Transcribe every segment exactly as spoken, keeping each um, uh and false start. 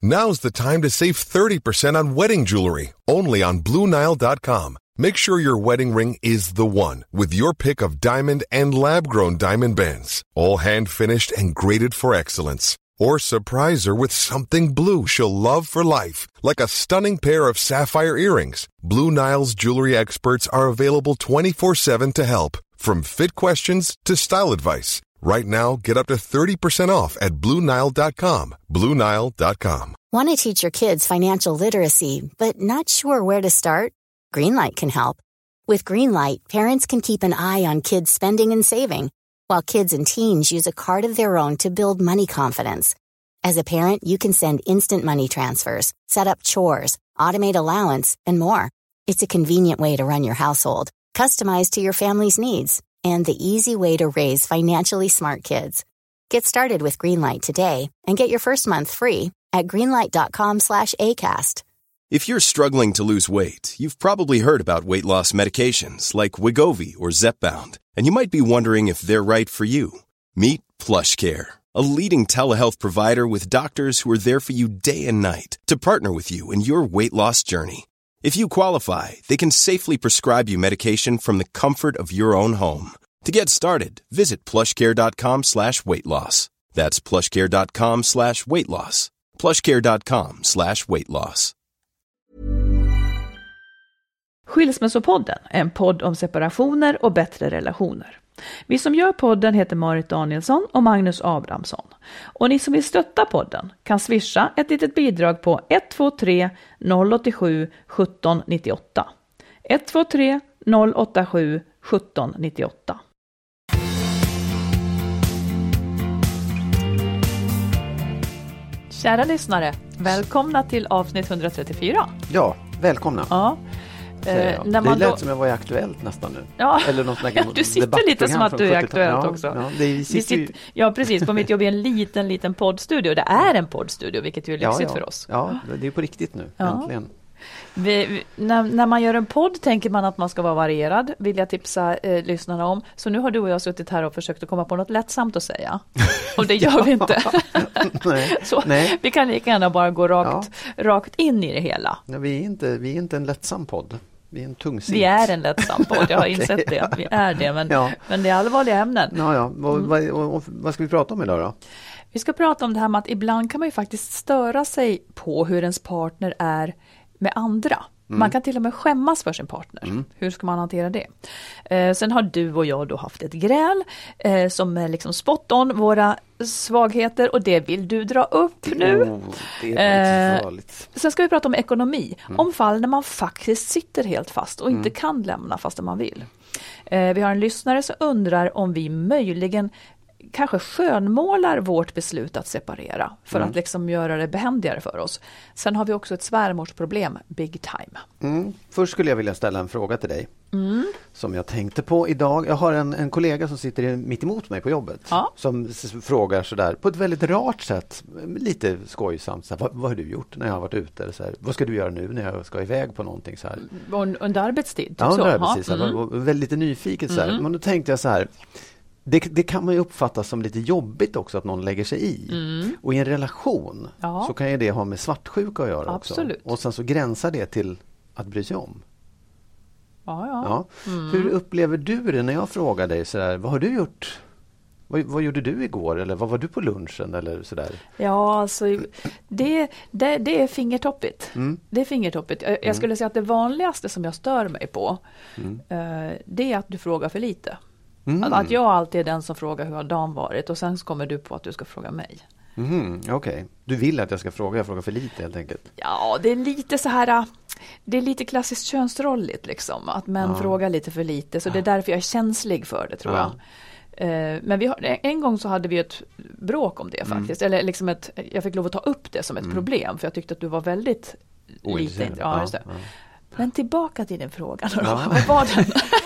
Now's the time to save thirty percent on wedding jewelry, only on Blue Nile dot com. Make sure your wedding ring is the one with your pick of diamond and lab-grown diamond bands, all hand-finished and graded for excellence. Or surprise her with something blue she'll love for life, like a stunning pair of sapphire earrings. Blue Nile's jewelry experts are available twenty-four seven to help, from fit questions to style advice. Right now, get up to thirty percent off at Blue Nile dot com. Blue Nile dot com. Want to teach your kids financial literacy, but not sure where to start? Greenlight can help. With Greenlight, parents can keep an eye on kids' spending and saving, while kids and teens use a card of their own to build money confidence. As a parent, you can send instant money transfers, set up chores, automate allowance, and more. It's a convenient way to run your household, customized to your family's needs, and the easy way to raise financially smart kids. Get started with Greenlight today and get your first month free at greenlight dot com slash ACAST. If you're struggling to lose weight, you've probably heard about weight loss medications like Wegovy or Zepbound, and you might be wondering if they're right for you. Meet PlushCare, a leading telehealth provider with doctors who are there for you day and night to partner with you in your weight loss journey. If you qualify, they can safely prescribe you medication from the comfort of your own home. To get started, visit plushcare.com slash weight loss. That's plushcare.com slash weight loss. plushcare.com slash weight loss. Skilsmässopodden är en podd om separationer och bättre relationer. Vi som gör podden heter Marit Danielsson och Magnus Abrahamsson. Och ni som vill stötta podden kan swisha ett litet bidrag på ett två tre noll åtta sju sjutton nittioåtta. ett två tre noll åtta sju sjutton nittioåtta. Kära lyssnare, välkomna till avsnitt etthundratrettiofyra. Ja, välkomna. Ja. Eh, när man det lät då... som jag var i Aktuellt nästan nu. Ja, eller något ja du sitter lite som att du är Aktuellt ja, också. Ja, det är, sitter ju... ja, precis. På mitt jobb är en liten, liten poddstudio. Det är en poddstudio, vilket ju är lyxigt ja, ja. för oss. Ja, det är på riktigt nu, ja. Äntligen. Vi, vi, när, när man gör en podd tänker man att man ska vara varierad, vill jag tipsa eh, lyssnarna om. Så nu har du och jag suttit här och försökt att komma på något lättsamt att säga. Och det gör vi inte. Nej, så nej. Vi kan lika gärna bara gå rakt, ja. rakt in i det hela. Ja, vi, är inte, vi är inte en lättsam podd. Vi är en tungsint. Vi är en lättsam podd, jag har okay. insett det. Vi är det, men, ja. men det är allvarliga ämnen. Ja, ja. Och, mm. vad, och, och, vad ska vi prata om idag då? Vi ska prata om det här med att ibland kan man ju faktiskt störa sig på hur ens partner är med andra. Mm. Man kan till och med skämmas för sin partner. Mm. Hur ska man hantera det? Eh, sen har du och jag då haft ett gräl eh, som är liksom spot on våra svagheter och det vill du dra upp nu. Oh, det är eh, farligt. Sen ska vi prata om ekonomi. Mm. Om fall när man faktiskt sitter helt fast och inte mm. kan lämna fast man vill. Eh, vi har en lyssnare som undrar om vi möjligen kanske skönmålar vårt beslut att separera för mm. att liksom göra det behändigare för oss. Sen har vi också ett svärmorsproblem, big time. Mm. Först skulle jag vilja ställa en fråga till dig mm. som jag tänkte på idag. Jag har en, en kollega som sitter mitt emot mig på jobbet ja. som s- frågar sådär på ett väldigt rart sätt, lite skojsamt. Så här, vad, vad har du gjort när jag har varit ute? Eller så här, vad ska du göra nu när jag ska iväg på någonting? Så här. Under arbetstid? Typ ja, under så. arbetstid. Mm. Så här, väldigt lite nyfiket. Så här. Mm. Men då tänkte jag så här... Det, det kan man ju uppfatta som lite jobbigt också att någon lägger sig i. Mm. Och i en relation ja. så kan ju det ha med svartsjuka att göra Absolut. också. Och sen så gränsar det till att bry sig om. Ja, ja. ja. Mm. Hur upplever du det när jag frågar dig sådär, vad har du gjort? Vad, vad gjorde du igår? Eller vad var du på lunchen? Eller sådär? Ja, alltså det, det, det är fingertoppigt. Mm. Det är fingertoppigt. Jag, jag skulle säga att det vanligaste som jag stör mig på mm. eh, det är att du frågar för lite. Mm. Att jag alltid är den som frågar hur har dagen varit och sen kommer du på att du ska fråga mig. Mm, Okej, okay. Du vill att jag ska fråga, jag frågar för lite helt enkelt. Ja, det är lite så här, det är lite klassiskt könsrolligt liksom, att män ja. frågar lite för lite, så det är därför jag är känslig för det tror ja. jag. Men vi har, en gång så hade vi ett bråk om det faktiskt, mm. eller liksom ett, jag fick lov att ta upp det som ett mm. problem, för jag tyckte att du var väldigt lite. Ja, just det. Ja. Men tillbaka till din fråga. Ja. Vad var den?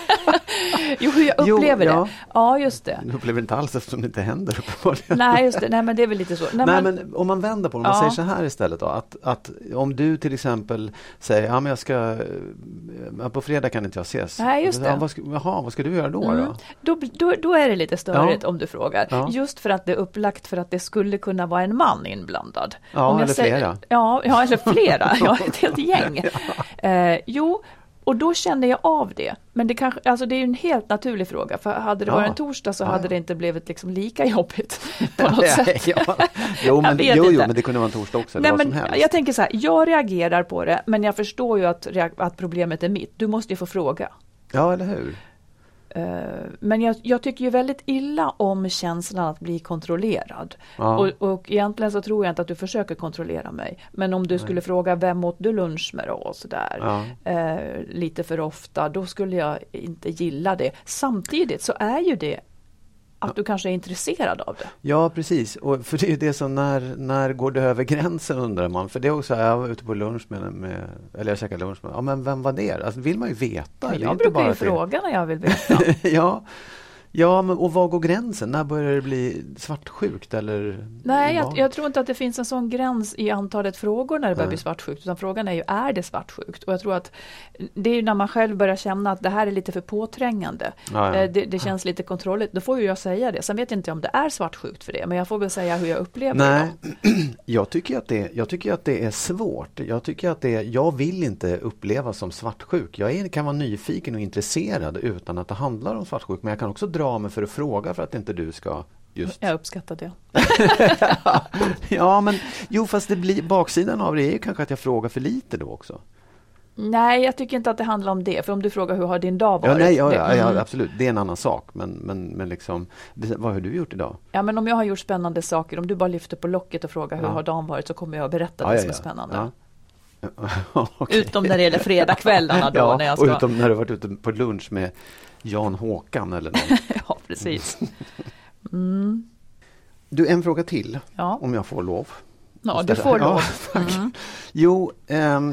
Jo, hur jag upplever jo, det. Ja. Ja, just det. Du upplever inte alls eftersom det inte händer uppenbarligen. Nej, just det. Nej, men det är väl lite så. Nej, Nej, men... men om man vänder på det, om man Ja. säger så här istället då, att, att om du till exempel säger, ja men jag ska, ja, på fredag kan inte jag ses. Nej, just det. Ja, vad ska, jaha, vad ska du göra då Mm. då? Då, då? Då är det lite störigt Ja. om du frågar. Ja. Just för att det är upplagt för att det skulle kunna vara en man inblandad. Ja, om jag eller säger, flera. Ja, ja, eller flera. Ja, ett helt gäng. ja. Eh, jo, och då kände jag av det. Men det, kanske, alltså det är ju en helt naturlig fråga. För hade det Ja. varit en torsdag så Ja, hade ja. det inte blivit liksom lika jobbigt på något ja, sätt. ja. Jo, men, vet jo, jo, inte. men det kunde vara en torsdag också. Nej, vad men som helst. jag tänker så här, jag reagerar på det, men jag förstår ju att, rea- att problemet är mitt. Du måste ju få fråga. Ja, eller hur? Uh, men jag, jag tycker ju väldigt illa om känslan att bli kontrollerad. Ja. Och, och egentligen så tror jag inte att du försöker kontrollera mig. Men om du Nej. skulle fråga vem åt du lunch med då och sådär. Ja. Uh, lite för ofta, då skulle jag inte gilla det. Samtidigt så är ju det att du kanske är intresserad av det. Ja, precis. Och för det är ju det som när, när går det över gränsen undrar man. För det är också, jag var ute på lunch med, med eller jag käkade lunch med, ja men vem var det? Alltså vill man ju veta. Ja, Det är jag inte brukar bara ju att det- fråga när jag vill veta. ja, ja men, och var går gränsen? När börjar det bli svartsjukt? Eller Nej, jag, vad? jag tror inte att det finns en sån gräns i antalet frågor när det börjar Nej. bli svartsjukt. Utan frågan är ju, är det svartsjukt? Och jag tror att det är ju när man själv börjar känna att det här är lite för påträngande. Ja, ja. Eh, Det, det känns lite kontrolligt. Då får ju jag säga det. Sen vet jag inte om det är svartsjukt för det. Men jag får väl säga hur jag upplever Nej, det. jag tycker, att det, jag tycker att det är svårt. Jag tycker att det, jag vill inte uppleva som svartsjuk. Jag är, kan vara nyfiken och intresserad utan att det handlar om svartsjuk. Men jag kan också dra mig för att fråga för att inte du ska just... Jag uppskattar det. ja, men jo, fast det blir, baksidan av det är ju kanske att jag frågar för lite då också. Nej, jag tycker inte att det handlar om det. För om du frågar hur har din dag varit? Ja, nej, ja, det, ja, ja, mm. absolut. Det är en annan sak. Men, men, men liksom, det, vad har du gjort idag? Ja, men om jag har gjort spännande saker, om du bara lyfter på locket och frågar hur Ja. har dagen varit, så kommer jag att berätta Ja, det ja, som är ja. spännande. Ja. Okej. Utom när det gäller fredagskvällarna då. ja, när jag och ska... utom när du varit ute på lunch med Jan Håkan eller någon. Ja, precis. Mm. Du, en fråga till, Ja. om jag får lov. Ja, du får lov. Ja, tack. Mm. Jo, ehm,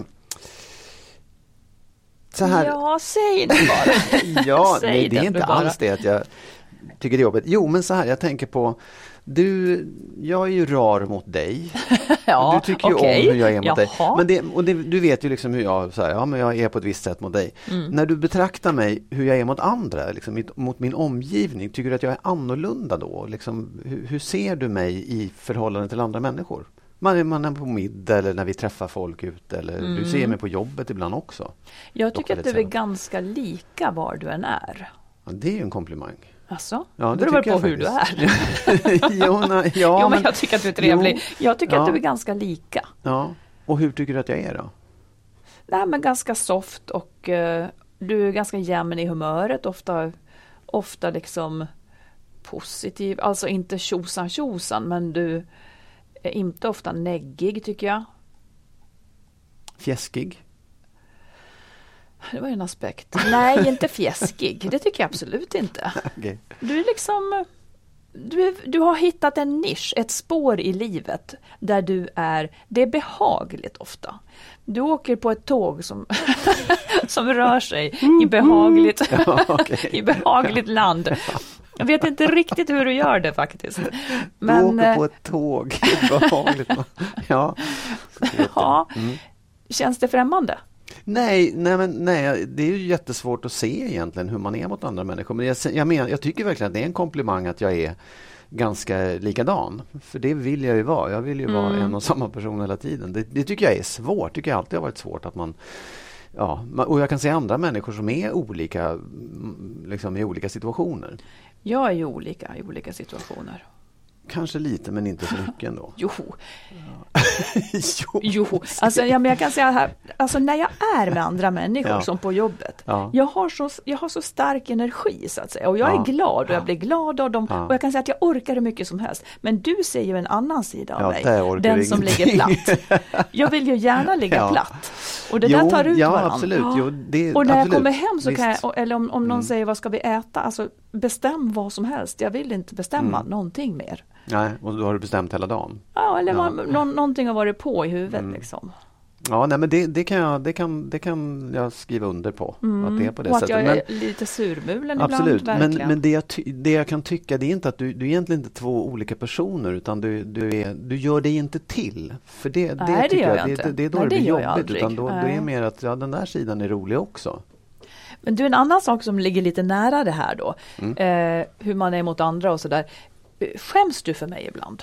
så här. Ja, säg det bara. ja, Säg nej, det är det inte bara. alls det att jag tycker det är jobbigt. Jo, men så här, jag tänker på, du, jag är ju rar mot dig. Ja, Du tycker ju okej. om hur jag är mot Jaha. dig. Men det, och det, du vet ju liksom hur jag, så här, ja, men jag är på ett visst sätt mot dig. Mm. När du betraktar mig hur jag är mot andra, liksom, mitt, mot min omgivning, tycker du att jag är annorlunda då? Liksom, hur, hur ser du mig i förhållande till andra människor? Man är, man är på middag eller när vi träffar folk ute, eller Mm. du ser mig på jobbet ibland också. Jag tycker Dock att du är väldigt ganska lika var du än är. Ja, det är ju en komplimang. Alltså, Ja, det det beror väl tycker på jag hur du är. faktiskt. jo, nej, ja, jo, men jag tycker att du är trevlig. Jo, jag tycker ja. att du är ganska lika. Ja. Och hur tycker du att jag är då? Nej, men ganska soft och eh, du är ganska jämn i humöret. Ofta, ofta liksom positiv. Alltså inte tjosan tjosan, men du är inte ofta neggig tycker jag. Fjäskig? Det var ju en aspekt. Nej, inte fjäskig. Det tycker jag absolut inte. Okay. Du är liksom... Du, är, du har hittat en nisch, ett spår i livet där du är... Det är behagligt ofta. Du åker på ett tåg som, som rör sig i behagligt, Ja, okay. i behagligt land. Jag vet inte riktigt hur du gör det faktiskt. Men, du åker på ett tåg. Behagligt. Ja. ja. Mm. Känns det främmande? Nej, nej, men, nej, det är ju jättesvårt att se egentligen hur man är mot andra människor. Men jag, jag, menar, jag tycker verkligen att det är en komplimang att jag är ganska likadan. För det vill jag ju vara. Jag vill ju mm. vara en och samma person hela tiden. Det, det tycker jag är svårt. Det tycker jag alltid har varit svårt att man... Ja, och jag kan se andra människor som är olika liksom i olika situationer. Jag är ju olika i olika situationer. Kanske lite, men inte så mycket ändå. Jo. Ja. jo. jo. Alltså, ja, men jag kan säga här, alltså när jag är med andra människor ja. som på jobbet, ja. jag, har så, jag har så stark energi så att säga. Och jag ja. är glad och jag blir glad av dem. Ja. Och jag kan säga att jag orkar hur mycket som helst. Men du ser ju en annan sida av ja, mig. Den som ligger platt. Jag vill ju gärna ligga ja. platt. Och det jo, där tar ut ja, varandra. Absolut. Jo, det, och när absolut. jag kommer hem så Visst. kan jag, eller om, om någon mm. säger vad ska vi äta, alltså bestäm vad som helst. Jag vill inte bestämma mm. någonting mer. Nej, och då har du bestämt hela dagen. Ja, eller ja. Man, nå, någonting har varit på i huvudet mm. liksom. Ja, nej, men det, det, kan jag, det, kan, det kan jag skriva under på. Mm. Att det är på det och sättet. att jag är men, lite surmulen absolut, ibland. men, Verkligen. men det, jag ty, det jag kan tycka, det är inte att du, du är egentligen inte två olika personer, utan du, du, är, du gör dig inte till. För det, det, Nej, det tycker gör jag, jag det, inte. det, det är då Nej, det det blir gör jag jobbigt. aldrig. Utan då, då är det Nej. mer att ja, den där sidan är rolig också. Men du, en annan sak som ligger lite nära det här då. Mm. Eh, hur man är mot andra och sådär. Skäms du för mig ibland?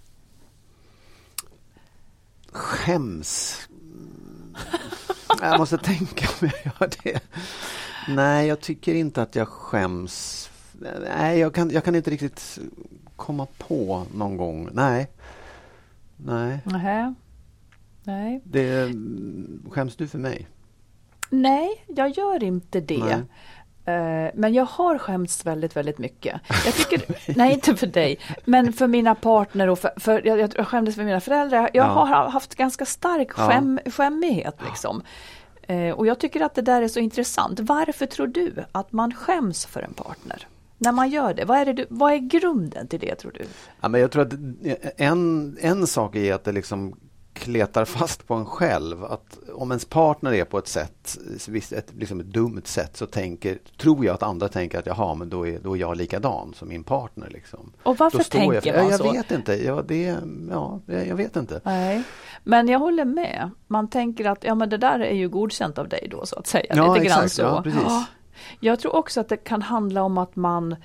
Skäms? Jag måste tänka om jag gör det. Nej, jag tycker inte att jag skäms. Nej, jag kan, jag kan inte riktigt komma på någon gång. Nej. Nej. Nähä. Nej. Det, skäms du för mig? Nej, jag gör inte det. Nej. Uh, men jag har skämts väldigt, väldigt mycket. Jag tycker, nej, inte för dig, men för mina partner och för, för jag, jag skämdes för mina föräldrar. Jag Ja. har haft ganska stark skäm, skämmighet liksom. Uh, och jag tycker att det där är så intressant. Varför tror du att man skäms för en partner? När man gör det, vad är, det du, vad är grunden till det tror du? Ja, men jag tror att en, en sak är att det liksom kletar fast på en själv. Att om ens partner är på ett sätt, ett, liksom ett dumt sätt, så tänker, tror jag att andra tänker att jaha, men då är, då är jag likadan som min partner. Liksom. Och varför då står tänker jag, för, man jag så? Jag vet inte. Ja, det, ja, jag vet inte. Nej, men jag håller med. Man tänker att ja, men det där är ju godkänt av dig då så att säga. Ja, Lite grann exakt. så. Ja, precis. Ja. Jag tror också att det kan handla om att man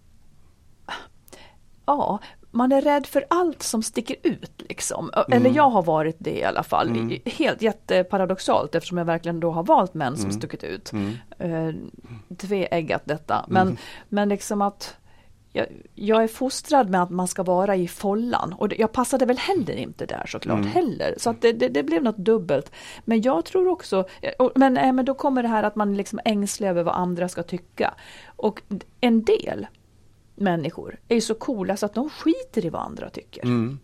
ja, man är rädd för allt som sticker ut liksom. Eller Mm. jag har varit det i alla fall. Mm. Helt jätteparadoxalt eftersom jag verkligen då har valt män som Mm. stuckit ut. Mm. Uh, tveeggat detta. Men, Mm. men liksom att jag, jag är fostrad med att man ska vara i follan. Och det, jag passade väl heller inte där såklart Mm. heller. Så att det, det, det blev något dubbelt. Men jag tror också, och, men, äh, men då kommer det här att man liksom ängslig över vad andra ska tycka. Och en del människor är ju så coola så att de skiter i vad andra tycker. Mm.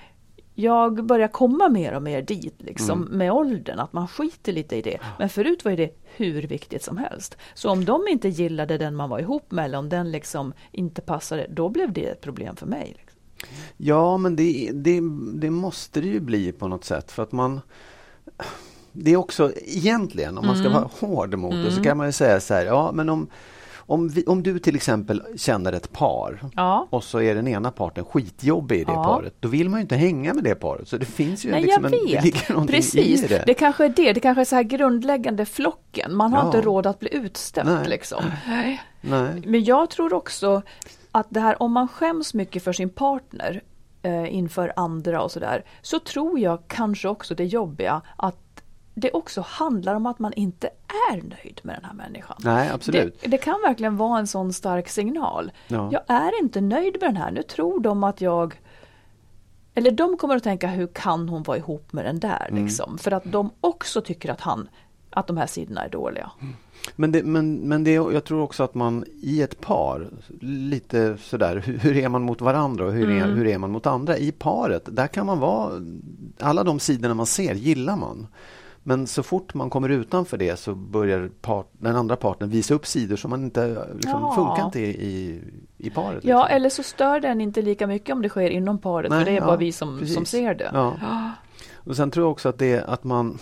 Jag börjar komma mer och mer dit liksom, Mm. med åldern, att man skiter lite i det. Men förut var det hur viktigt som helst. Så om de inte gillade den man var ihop med, eller om den liksom inte passade, då blev det ett problem för mig. Liksom. Ja, men det, det, det måste det ju bli på något sätt. För att man... Det är också, egentligen, om man ska Mm. vara hård mot Mm. det, så kan man ju säga så här, ja, men om... Om, vi, om du till exempel känner ett par Ja. och så är den ena parten skitjobbig i det Ja. paret, då vill man ju inte hänga med det paret. Så det finns ju Nej, liksom jag en, det vet. ligger någonting Precis. i det. Det kanske är det. Det kanske är så här grundläggande flocken. Man har Ja. inte råd att bli utstött. Nej. Liksom. Nej. Men jag tror också att det här, om man skäms mycket för sin partner eh, inför andra och sådär, så tror jag kanske också det jobbiga att det också handlar om att man inte är nöjd med den här människan. Nej, absolut. Det, det kan verkligen vara en sån stark signal. Ja. Jag är inte nöjd med den här. Nu tror de att jag... Eller de kommer att tänka, hur kan hon vara ihop med den där? Mm. Liksom? För att de också tycker att, han, att de här sidorna är dåliga. Men, det, men, men det, jag tror också att man i ett par, lite sådär, hur, hur är man mot varandra och hur, är, Mm. hur är man mot andra? I paret, där kan man vara, alla de sidorna man ser gillar man. Men så fort man kommer utanför det så börjar part, den andra parten visa upp sidor som man inte liksom, Ja. funkar inte i, i, i paret. Liksom. Ja, eller så stör den inte lika mycket om det sker inom paret. Nej, för det är ja, bara vi som, precis. som ser det. Ja. Och sen tror jag också att det är att man...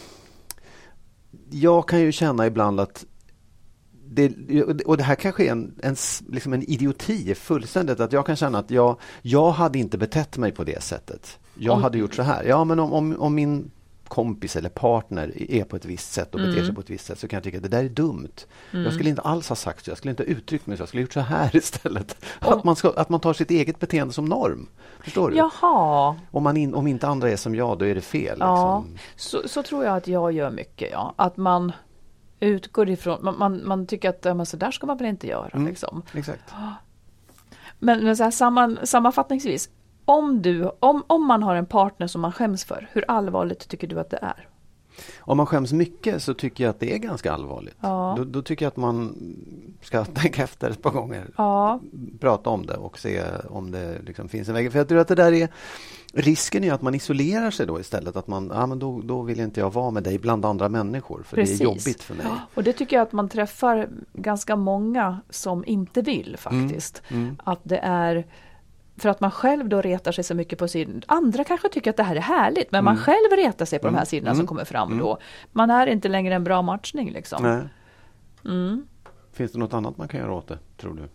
Jag kan ju känna ibland att det, och det här kanske är en, en, liksom en idioti fullständigt, att jag kan känna att jag, jag hade inte betett mig på det sättet. Jag Om- hade gjort så här. Ja, men om, om, om min kompis eller partner är på ett visst sätt och beter Mm. sig på ett visst sätt, så kan jag tycka att det där är dumt. Mm. Jag skulle inte alls ha sagt så. Jag skulle inte ha uttryckt mig så. Jag skulle ha gjort så här istället. Och- Att man, ska, att man tar sitt eget beteende som norm. Förstår du? Jaha, Om, man in, om inte andra är som jag, då är det fel. ja. Liksom. Så, så tror jag att jag gör mycket. Ja. Att man utgår ifrån, man, man, man tycker att ja, men så där ska man väl inte göra. Mm. Liksom. Exakt. Men, men så här, samman, sammanfattningsvis, om, du, om, om man har en partner som man skäms för, hur allvarligt tycker du att det är? Om man skäms mycket så tycker jag att det är ganska allvarligt. Ja. Då, då tycker jag att man ska tänka efter ett par gånger. Ja, Prata om det och se om det liksom finns en väg. För jag tror att det där är... Risken är att man isolerar sig då istället. Att man, ja, men då, då vill inte jag vara med dig bland andra människor. För precis. det är jobbigt för mig. Ja, och det tycker jag att man träffar ganska många som inte vill faktiskt. Mm. Att det är för att man själv då retar sig så mycket på sidan. Andra kanske tycker att det här är härligt, men Mm. man själv retar sig på Mm. de här sidorna Mm. som kommer fram Mm. då. Man är inte längre en bra matchning liksom. Nej. Mm. Finns det något annat man kan göra åt det, tror du?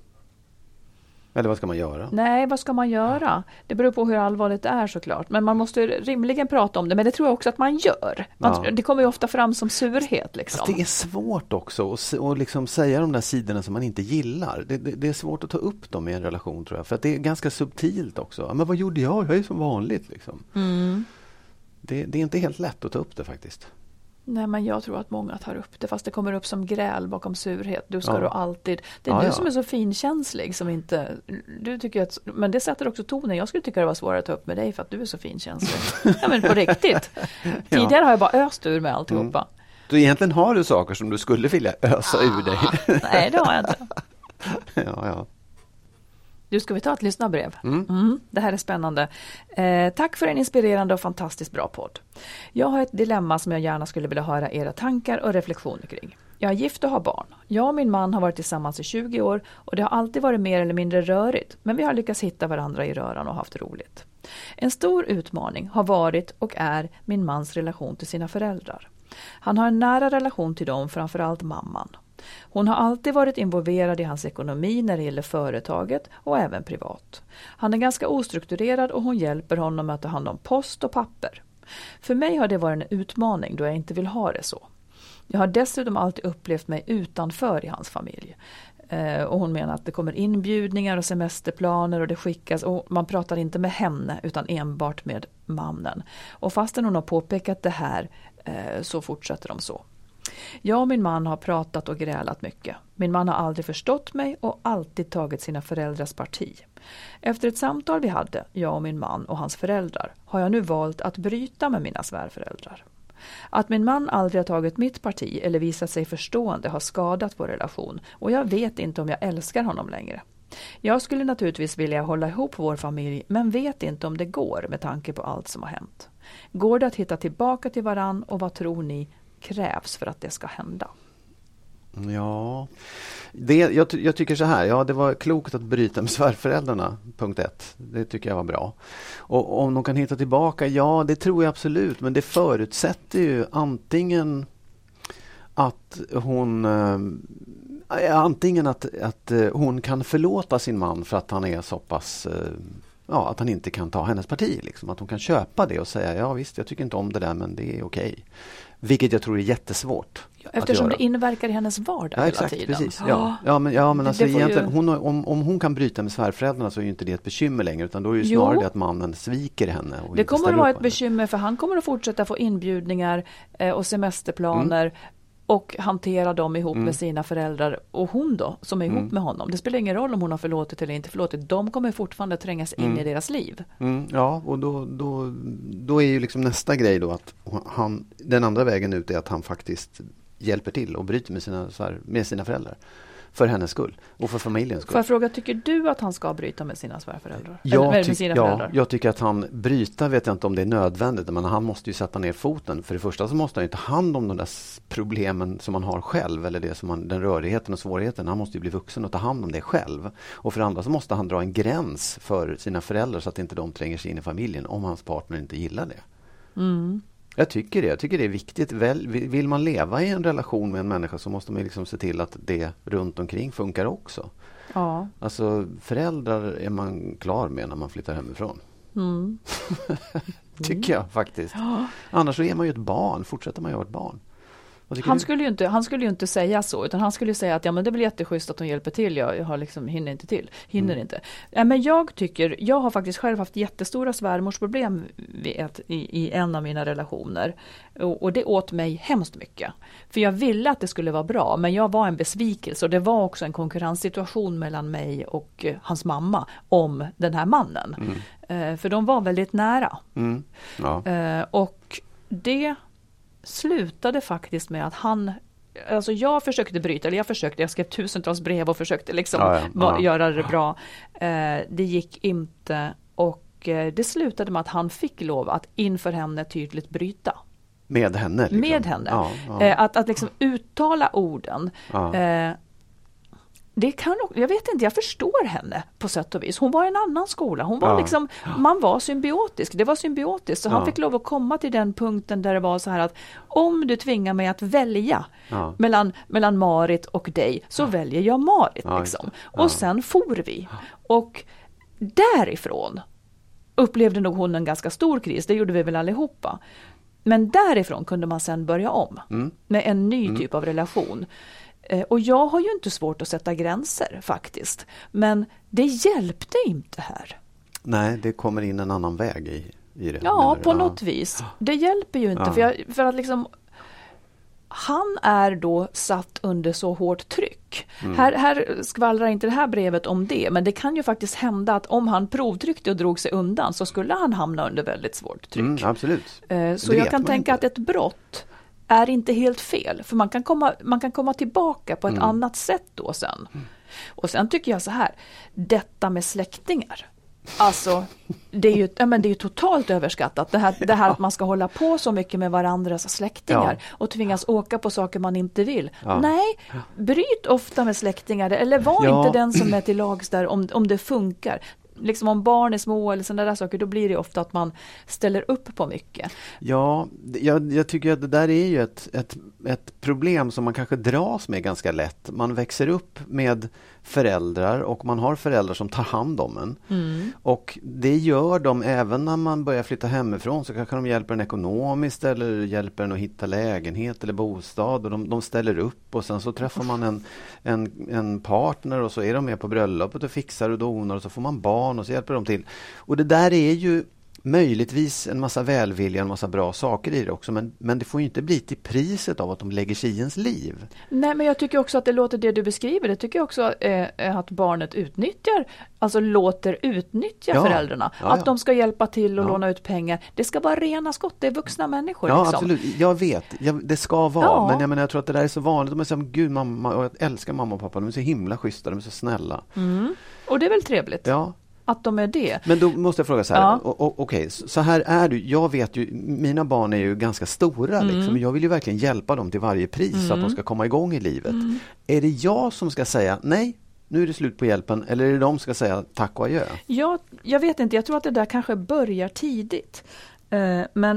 Eller vad ska man göra? Nej, vad ska man göra? Det beror på hur allvarligt det är såklart. Men man måste rimligen prata om det. Men det tror jag också att man gör. Man, Ja. Det kommer ju ofta fram som surhet. Liksom. Fast det är svårt också att s- att liksom säga de där sidorna som man inte gillar. Det, det, det är svårt att ta upp dem i en relation, tror jag. För att det är ganska subtilt också. Men vad gjorde jag? Jag är som vanligt. Liksom. Mm. Det, det är inte helt lätt att ta upp det faktiskt. Nej, men jag tror att många tar upp det. Fast det kommer upp som gräl bakom surhet. Du ska Ja. då alltid... Det är Ja, du ja. som är så finkänslig som inte... Du tycker att, men det sätter också tonen. Jag skulle tycka det var svårare att ta upp med dig för att du är så finkänslig. Ja, men på riktigt. Tidigare har jag bara öst ur med alltihopa. Mm. Så egentligen har du saker som du skulle vilja ösa ur dig. Nej, det har jag inte. ja, ja. Du, ska vi ta ett lyssnarbrev? Mm. Mm, det här är spännande. Eh, tack för en inspirerande och fantastiskt bra podd. Jag har ett dilemma som jag gärna skulle vilja höra era tankar och reflektioner kring. Jag är gift och har barn. Jag och min man har varit tillsammans i tjugo år och det har alltid varit mer eller mindre rörigt. Men vi har lyckats hitta varandra i röran och haft roligt. En stor utmaning har varit och är min mans relation till sina föräldrar. Han har en nära relation till dem, framförallt mamman. Hon har alltid varit involverad i hans ekonomi när det gäller företaget och även privat. Han är ganska ostrukturerad och hon hjälper honom att ta hand om post och papper. För mig har det varit en utmaning då jag inte vill ha det så. Jag har dessutom alltid upplevt mig utanför i hans familj. Eh, och hon menar att det kommer inbjudningar och semesterplaner och det skickas och man pratar inte med henne utan enbart med mannen. Och fastän hon har påpekat det här eh, så fortsätter de så. Jag och min man har pratat och grälat mycket. Min man har aldrig förstått mig och alltid tagit sina föräldrars parti. Efter ett samtal vi hade, jag och min man och hans föräldrar, har jag nu valt att bryta med mina svärföräldrar. Att min man aldrig har tagit mitt parti eller visat sig förstående har skadat vår relation och jag vet inte om jag älskar honom längre. Jag skulle naturligtvis vilja hålla ihop vår familj men vet inte om det går med tanke på allt som har hänt. Går det att hitta tillbaka till varann och vad tror ni krävs för att det ska hända? Ja, det, jag, ty- jag tycker så här, ja det var klokt att bryta med svärföräldrarna, punkt ett. Det tycker jag var bra. Och om de kan hitta tillbaka, ja det tror jag absolut, men det förutsätter ju antingen att hon äh, antingen att, att äh, hon kan förlåta sin man för att han är så pass, äh, ja att han inte kan ta hennes parti, liksom. Att hon kan köpa det och säga, ja visst jag tycker inte om det där men det är okej. Vilket jag tror är jättesvårt. Eftersom det inverkar i hennes vardag ja, hela exakt, tiden. Precis. Ja. Ja, men, ja, men Det- alltså det får egentligen, ju- hon, har- om, om hon kan bryta med svärföräldrarna så är ju inte det ett bekymmer längre utan då är det ju snarare Jo. det att mannen sviker henne. Och Det inte kommer ställer att vara upp ett på henne. bekymmer för han kommer att fortsätta få inbjudningar eh, och semesterplaner och hantera dem ihop Mm. med sina föräldrar. Och hon då, som är ihop Mm. med honom. Det spelar ingen roll om hon har förlåtit eller inte förlåtit. De kommer fortfarande trängas in Mm. i deras liv. Mm, ja, och då, då, då är ju liksom nästa grej då att han, den andra vägen ut är att han faktiskt hjälper till och bryter med sina, så här, med sina föräldrar. För hennes skull och för familjens skull. Får jag fråga, tycker du att han ska bryta med sina svärföräldrar? Eller Jag, med tyck, sina ja, föräldrar? jag tycker att han bryta vet jag inte om det är nödvändigt men han måste ju sätta ner foten. För det första så måste han ju ta hand om de där s- problemen som man har själv eller det som man, den rörigheten och svårigheten. Han måste ju bli vuxen och ta hand om det själv. Och för det andra så måste han dra en gräns för sina föräldrar så att inte de tränger sig in i familjen om hans partner inte gillar det. Mm. Jag tycker det. Jag tycker det är viktigt. Väl, vill man leva i en relation med en människa så måste man liksom se till att det runt omkring funkar också. Ja. Alltså föräldrar är man klar med när man flyttar hemifrån. Mm. Tycker jag faktiskt. Ja. Annars så är man ju ett barn. Fortsätter man ju vara ett barn. Vad tycker Han du? skulle ju inte, han skulle ju inte säga så, utan han skulle ju säga att ja, men det blir jätteschysst att hon hjälper till. Jag, jag har liksom, hinner inte till. Hinner Mm. inte. Ja, men jag tycker, jag har faktiskt själv haft jättestora svärmorsproblem vid ett, i, i en av mina relationer. Och, och det åt mig hemskt mycket. För jag ville att det skulle vara bra, men jag var en besvikelse. Och det var också en konkurrenssituation mellan mig och eh, hans mamma om den här mannen. Mm. Eh, för de var väldigt nära. Mm. Ja. Eh, och det slutade faktiskt med att han, alltså jag försökte bryta, eller jag försökte, jag skrev tusentals brev och försökte liksom Ja, ja, va- ja. göra det bra. Eh, det gick inte och eh, det slutade med att han fick lov att inför henne tydligt bryta. Med henne. Liksom. Med henne. Ja, ja. Eh, att, att liksom uttala orden. Ja. Eh, det kan, jag vet inte, jag förstår henne på sätt och vis. Hon var i en annan skola. Hon var Ja. liksom, man var symbiotisk. Det var symbiotiskt. Så Ja. han fick lov att komma till den punkten där det var så här att om du tvingar mig att välja Ja. mellan, mellan Marit och dig så väljer jag Marit. Ja, Liksom. just det. Ja. Och sen for vi. Och därifrån upplevde nog hon en ganska stor kris. Det gjorde vi väl allihopa. Men därifrån kunde man sen börja om Mm. med en ny typ av relation. Eh, Och jag har ju inte svårt att sätta gränser faktiskt. Men det hjälpte inte här. Nej, det kommer in en annan väg i, i det. Ja, menar du? på Ja. något vis. Det hjälper ju inte. Ja. För, jag, för att liksom... Han är då satt under så hårt tryck. Mm. Här, här skvallrar inte det här brevet om det. Men det kan ju faktiskt hända att om han provtryckte och drog sig undan så skulle han hamna under väldigt svårt tryck. Mm, absolut. Eh, Så Det jag vet kan man tänka inte. att ett brott är inte helt fel. För man kan komma, man kan komma tillbaka på ett Mm. annat sätt då sen. Och sen tycker jag så här, detta med släktingar. Alltså, det är ju, ja, men det är ju totalt överskattat. Det här, det här att man ska hålla på så mycket med varandras släktingar Ja. och tvingas åka på saker man inte vill. Ja. Nej, bryt ofta med släktingar. Eller var Ja. inte den som är till lags där om, om det funkar. Liksom om barn är små eller sådana där saker, då blir det ofta att man ställer upp på mycket. Ja, jag, jag tycker att det där är ju ett, ett, ett problem som man kanske dras med ganska lätt. Man växer upp med föräldrar och man har föräldrar som tar hand om en. Mm. Och det gör de även när man börjar flytta hemifrån, så kanske de hjälper en ekonomiskt eller hjälper en att hitta lägenhet eller bostad, och de, de ställer upp och sen så träffar man en, en, en partner och så är de med på bröllopet och fixar och donar och så får man barn och så hjälper de till. Och det där är ju möjligtvis en massa välvilja, en massa bra saker i det också, men, men det får ju inte bli till priset av att de lägger sig i ens liv. Nej, men jag tycker också att det låter det du beskriver. Det tycker jag också eh, att barnet utnyttjar, alltså låter utnyttja Ja, föräldrarna. ja, att ja. de ska hjälpa till och Ja. låna ut pengar. Det ska vara rena skott, det är vuxna människor. Ja, liksom. absolut. Jag vet. Jag, det ska vara. Ja. Men jag, menar, jag tror att det där är så vanligt. De är så, gud mamma, och jag älskar mamma och pappa. De är så himla schyssta, de är så snälla. Mm. Och det är väl trevligt Ja. att de är det. Men då måste jag fråga så här. Ja. O- o- Okej, så så här är du. Jag vet ju, mina barn är ju ganska stora. Mm. Liksom. Jag vill ju verkligen hjälpa dem till varje pris så att de ska komma igång i livet. Mm. Är det jag som ska säga nej, nu är det slut på hjälpen, eller är det de som ska säga tack och adjö? Jag, jag vet inte, jag tror att det där kanske börjar tidigt. Eh, men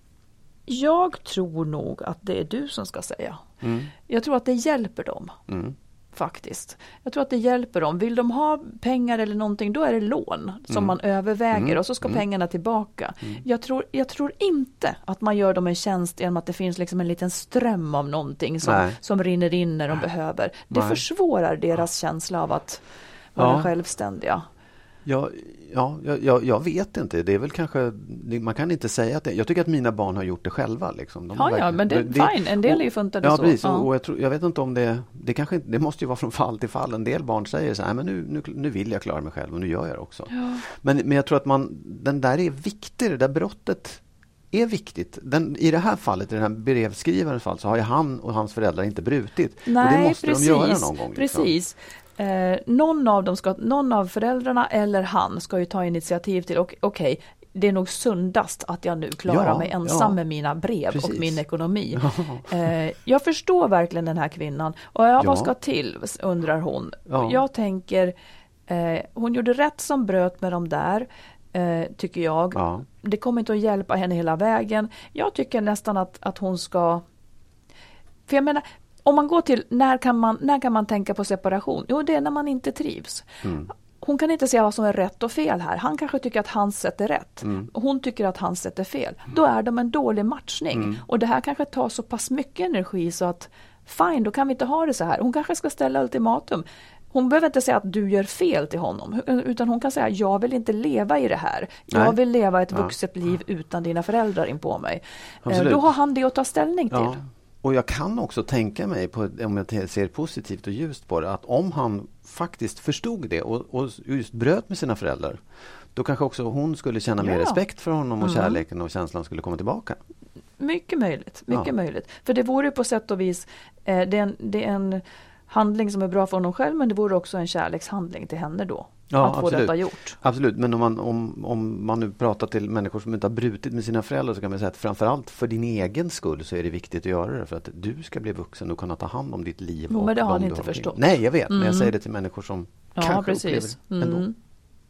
jag tror nog att det är du som ska säga. Mm. Jag tror att det hjälper dem. Mm. Faktiskt. Jag tror att det hjälper dem. Vill de ha pengar eller någonting, då är det lån som Mm. man överväger Mm. och så ska Mm. pengarna tillbaka. Jag, tror, jag tror inte att man gör dem en tjänst genom att det finns liksom en liten ström av någonting som, Nej. som rinner in när de behöver. Det Nej. försvårar deras känsla av att vara Ja. självständiga. Ja, ja jag, jag, jag vet inte. Det är väl kanske, det, man kan inte säga att det, jag tycker att mina barn har gjort det själva. Liksom. De har Ja, ja, verkligen- men det är fine. En del är ju funtade ja, så. Precis. Ja. Och, och jag, tror, jag vet inte om det, det kanske inte, det måste ju vara från fall till fall. En del barn säger så här, men nu, nu, nu vill jag klara mig själv och nu gör jag det också. Ja. Men, men jag tror att man, den där är viktig, det där brottet är viktigt. Den, I det här fallet, i den här brevskrivarens fall, så har ju han och hans föräldrar inte brutit. Nej, och det måste precis, de göra någon gång. Liksom. Precis. Eh, någon av dem ska, någon av föräldrarna eller han ska ju ta initiativ till, och okej, det är nog sundast att jag nu klarar Ja, mig ensam ja. med mina brev Precis. och min ekonomi. Eh, jag förstår verkligen den här kvinnan. Och ja, Ja. vad ska till, undrar hon. Ja. Jag tänker, eh, hon gjorde rätt som bröt med dem där, eh, tycker jag. Ja. Det kommer inte att hjälpa henne hela vägen. Jag tycker nästan att, att hon ska... För jag menar, om man går till när kan man, när kan man tänka på separation? Jo, det är när man inte trivs. Mm. Hon kan inte säga vad som är rätt och fel här. Han kanske tycker att hans sätt är rätt. Mm. Hon tycker att hans sätt är fel. Då är de en dålig matchning. Mm. Och det här kanske tar så pass mycket energi så att fine, då kan vi inte ha det så här. Hon kanske ska ställa ultimatum. Hon behöver inte säga att du gör fel till honom. Utan hon kan säga, jag vill inte leva i det här. Jag Nej. vill leva ett Ja. vuxet liv utan dina föräldrar in på mig. Eh, Absolut. Då har han det att ta ställning till. Ja. Och jag kan också tänka mig, på, om jag ser positivt och ljust på det, att om han faktiskt förstod det och, och just bröt med sina föräldrar, då kanske också hon skulle känna mer Ja. respekt för honom och Mm. kärleken och känslan skulle komma tillbaka. Mycket möjligt, mycket Ja. möjligt. För det vore på sätt och vis, eh, det, är en, det är en handling som är bra för honom själv, men det vore också en kärlekshandling till henne då. Ja, att få absolut. detta gjort. Absolut, men om man, om, om man nu pratar till människor som inte har brutit med sina föräldrar så kan man säga att framförallt för din egen skull så är det viktigt att göra det för att du ska bli vuxen och kunna ta hand om ditt liv. Jo, och men det har de ni du inte har förstått. omkring. Nej, jag vet, Mm. men jag säger det till människor som Ja, kanske precis. upplever det ändå. Mm.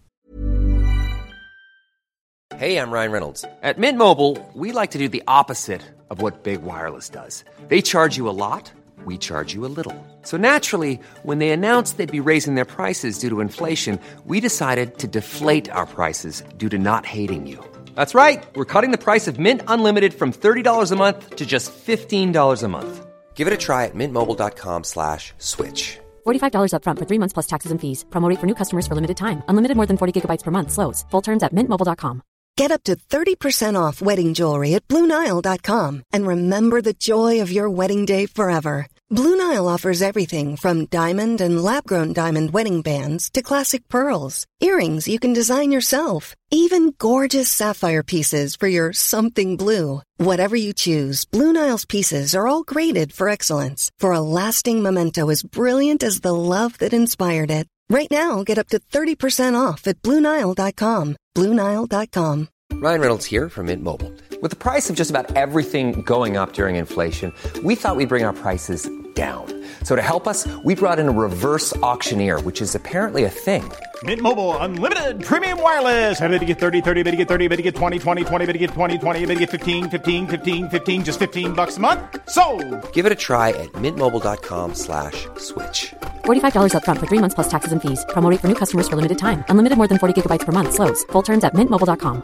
Hey, I'm Ryan Reynolds. At Mint Mobile, we like to do the opposite of what Big Wireless does. They charge you a lot, we charge you a little. So naturally, when they announced they'd be raising their prices due to inflation, we decided to deflate our prices due to not hating you. That's right. We're cutting the price of Mint Unlimited from thirty dollars a month to just fifteen dollars a month. Give it a try at mintmobile.com slash switch. forty-five dollars up front for three months plus taxes and fees. Promo rate for new customers for limited time. Unlimited more than forty gigabytes per month slows. Full terms at mint mobile dot com. Get up to thirty percent off wedding jewelry at blue nile dot com and remember the joy of your wedding day forever. Blue Nile offers everything from diamond and lab-grown diamond wedding bands to classic pearls, earrings you can design yourself, even gorgeous sapphire pieces for your something blue. Whatever you choose, Blue Nile's pieces are all graded for excellence, for a lasting memento as brilliant as the love that inspired it. Right now, get up to thirty percent off at blue nile dot com. blue nile dot com. Ryan Reynolds here from Mint Mobile. With the price of just about everything going up during inflation, we thought we'd bring our prices down. So to help us, we brought in a reverse auctioneer, which is apparently a thing. Mint Mobile Unlimited Premium Wireless. How to get thirty, thirty, how to get thirty, how to get twenty, twenty, twenty, how to get twenty, twenty, how to get fifteen, fifteen, fifteen, fifteen, just fifteen bucks a month? Sold! Give it a try at mintmobile.com slash switch. forty-five dollars up front for three months plus taxes and fees. Promo rate for new customers for limited time. Unlimited more than forty gigabytes per month slows. Full terms at mint mobile dot com.